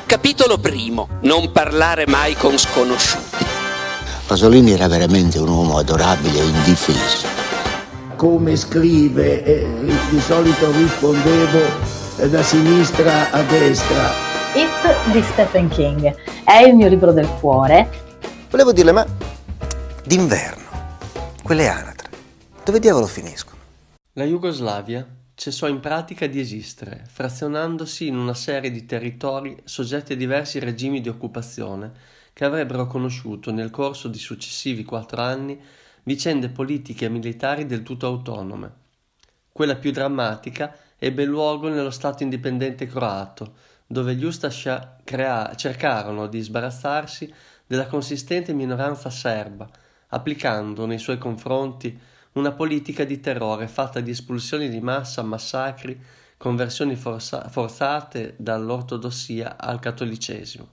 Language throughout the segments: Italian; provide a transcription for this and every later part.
Capitolo primo. Non parlare mai con sconosciuti. Pasolini era veramente un uomo adorabile e indifeso. Come scrive, di solito rispondevo da sinistra a destra. It di Stephen King è il mio libro del cuore. Volevo dirle, ma d'inverno, quelle anatre, dove diavolo finiscono? La Jugoslavia cessò in pratica di esistere, frazionandosi in una serie di territori soggetti a diversi regimi di occupazione che avrebbero conosciuto nel corso di successivi 4 anni vicende politiche e militari del tutto autonome. Quella più drammatica ebbe luogo nello Stato indipendente croato, dove gli Ustascia cercarono di sbarazzarsi della consistente minoranza serba, applicando nei suoi confronti una politica di terrore fatta di espulsioni di massa, massacri, conversioni forzate dall'ortodossia al cattolicesimo.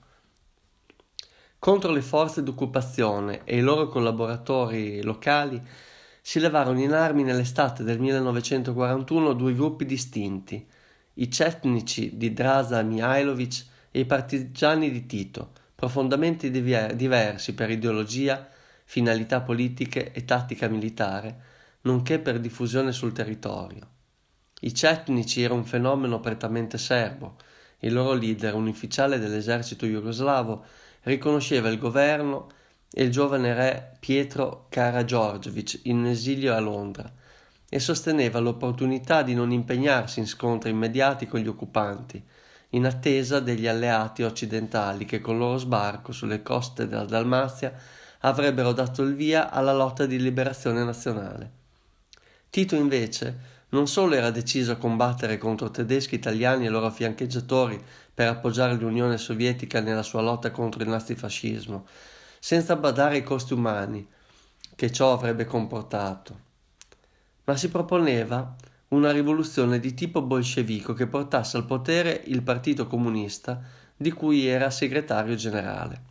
Contro le forze d'occupazione e i loro collaboratori locali si levarono in armi nell'estate del 1941 due gruppi distinti, i cetnici di Draža Mihajlović e i partigiani di Tito, profondamente diversi per ideologia, finalità politiche e tattica militare, nonché per diffusione sul territorio. I cetnici era un fenomeno prettamente serbo. Il loro leader, un ufficiale dell'esercito jugoslavo, riconosceva il governo e il giovane re Pietro Karađorđević in esilio a Londra e sosteneva l'opportunità di non impegnarsi in scontri immediati con gli occupanti, in attesa degli alleati occidentali che con il loro sbarco sulle coste della Dalmazia avrebbero dato il via alla lotta di liberazione nazionale. Tito invece non solo era deciso a combattere contro tedeschi, italiani e loro fiancheggiatori per appoggiare l'Unione Sovietica nella sua lotta contro il nazifascismo, senza badare ai costi umani che ciò avrebbe comportato, ma si proponeva una rivoluzione di tipo bolscevico che portasse al potere il Partito Comunista di cui era segretario generale.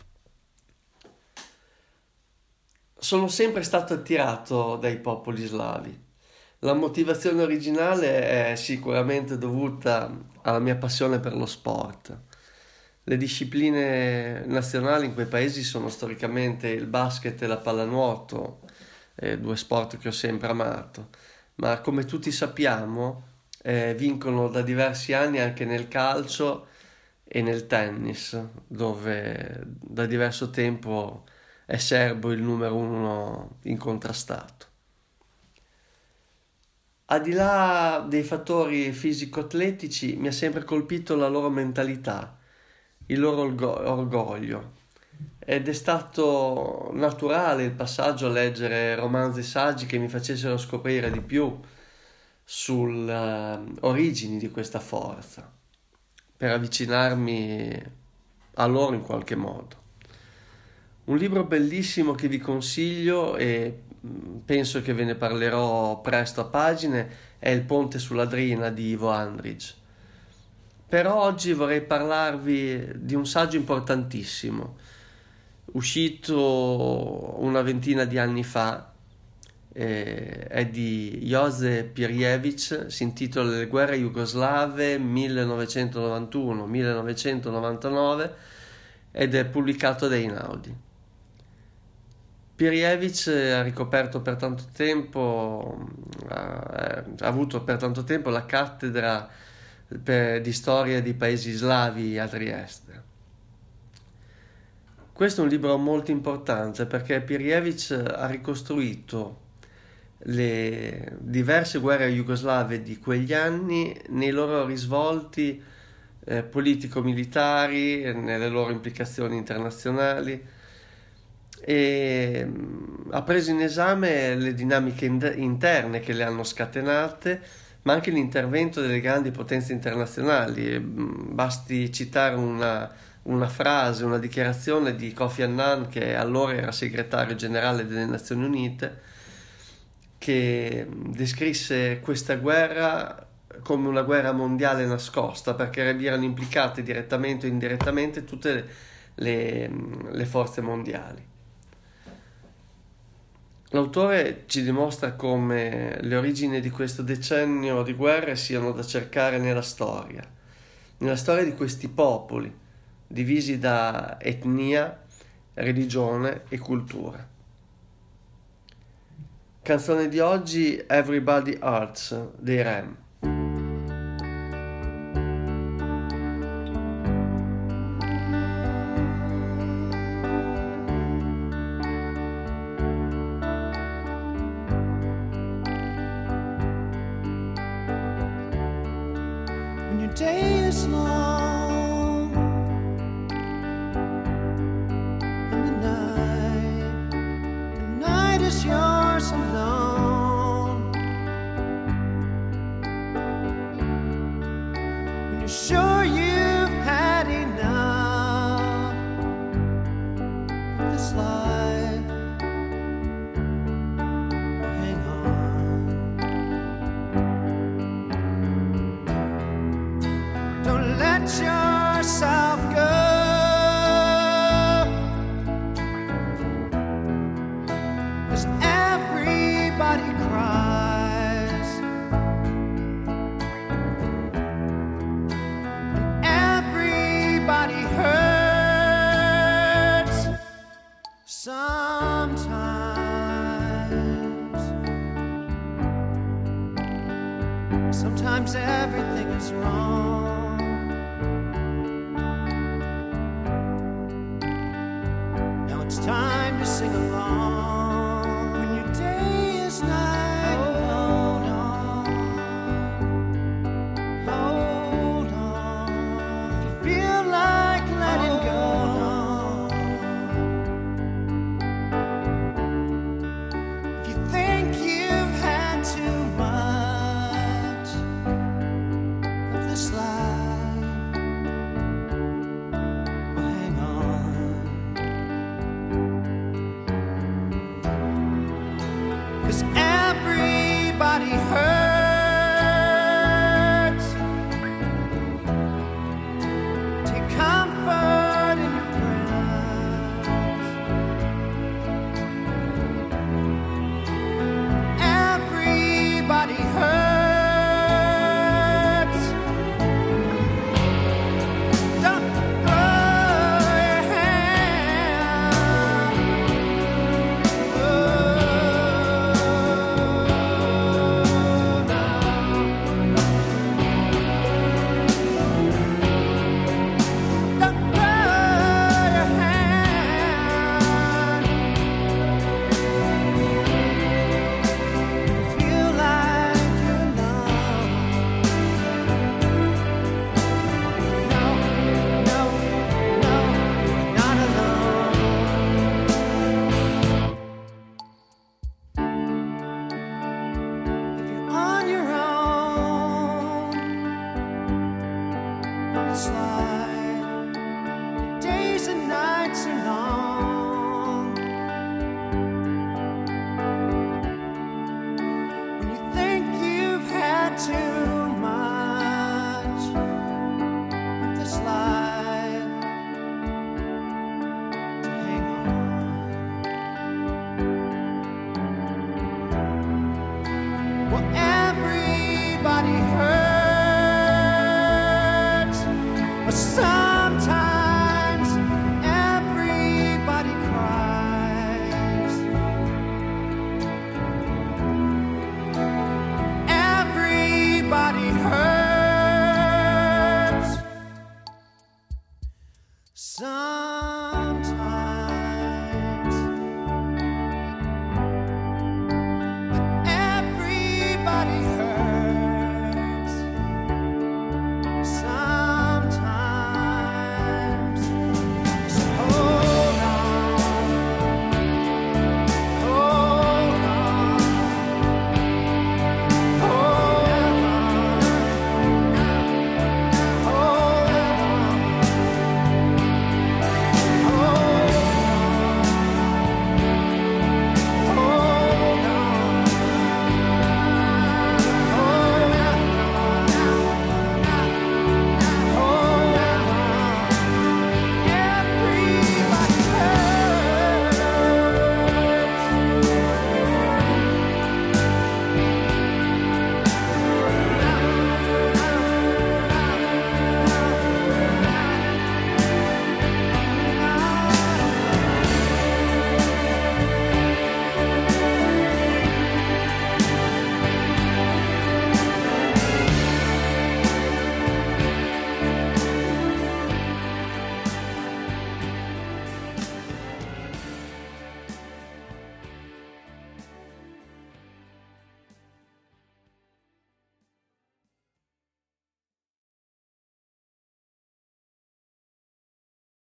Sono sempre stato attirato dai popoli slavi. La motivazione originale è sicuramente dovuta alla mia passione per lo sport. Le discipline nazionali in quei paesi sono storicamente il basket e la pallanuoto, 2 sport che ho sempre amato, ma come tutti sappiamo vincono da diversi anni anche nel calcio e nel tennis, dove da diverso tempo è serbo il numero 1 incontrastato. Al di là dei fattori fisico-atletici mi ha sempre colpito la loro mentalità, il loro orgoglio, ed è stato naturale il passaggio a leggere romanzi saggi che mi facessero scoprire di più sulle origini di questa forza, per avvicinarmi a loro in qualche modo. Un libro bellissimo che vi consiglio e penso che ve ne parlerò presto a pagine è Il ponte sulla Drina di Ivo Andrić. Però oggi parlarvi di un saggio importantissimo, uscito una ventina di anni fa, è di Jože Pirjević, si intitola Le guerre jugoslave 1991-1999 ed è pubblicato da Einaudi. Pirjević ha avuto per tanto tempo la cattedra di storia dei paesi slavi a Trieste. Questo è un libro molto importante perché Pirjević ha ricostruito le diverse guerre jugoslave di quegli anni nei loro risvolti politico-militari, nelle loro implicazioni internazionali, e ha preso in esame le dinamiche interne che le hanno scatenate, ma anche l'intervento delle grandi potenze internazionali. Basti citare una frase, una dichiarazione di Kofi Annan, che allora era segretario generale delle Nazioni Unite, che descrisse questa guerra come una guerra mondiale nascosta, perché vi erano implicate direttamente o indirettamente tutte le forze mondiali. L'autore ci dimostra come le origini di questo decennio di guerre siano da cercare nella storia di questi popoli, divisi da etnia, religione e cultura. Canzone di oggi, Everybody Hurts dei Rem. When your day is long and the night is yours alone. When you're sure you've had enough of this life, hang on. Don't let yourself go. 'Cause everybody cries and everybody hurts sometimes. Sometimes everything is wrong. Now it's time to sing along. When your day is night, hold on, hold on. If you feel like letting go, if you think you've had too much of this life, well, hang on. 'Cause everybody hurts. Take comfort in your friends. Everybody hurts. Don't throw your hand. Oh, no. Don't throw your hand. You feel like you're alone. No, no, no, you're not alone. If you're on your own on this life, your days and nights are long. When you think you've had too much of this life, to hang on. Well, everybody hurts, but sometimes everybody cries. Everybody hurts sometimes. Everybody hurts sometimes.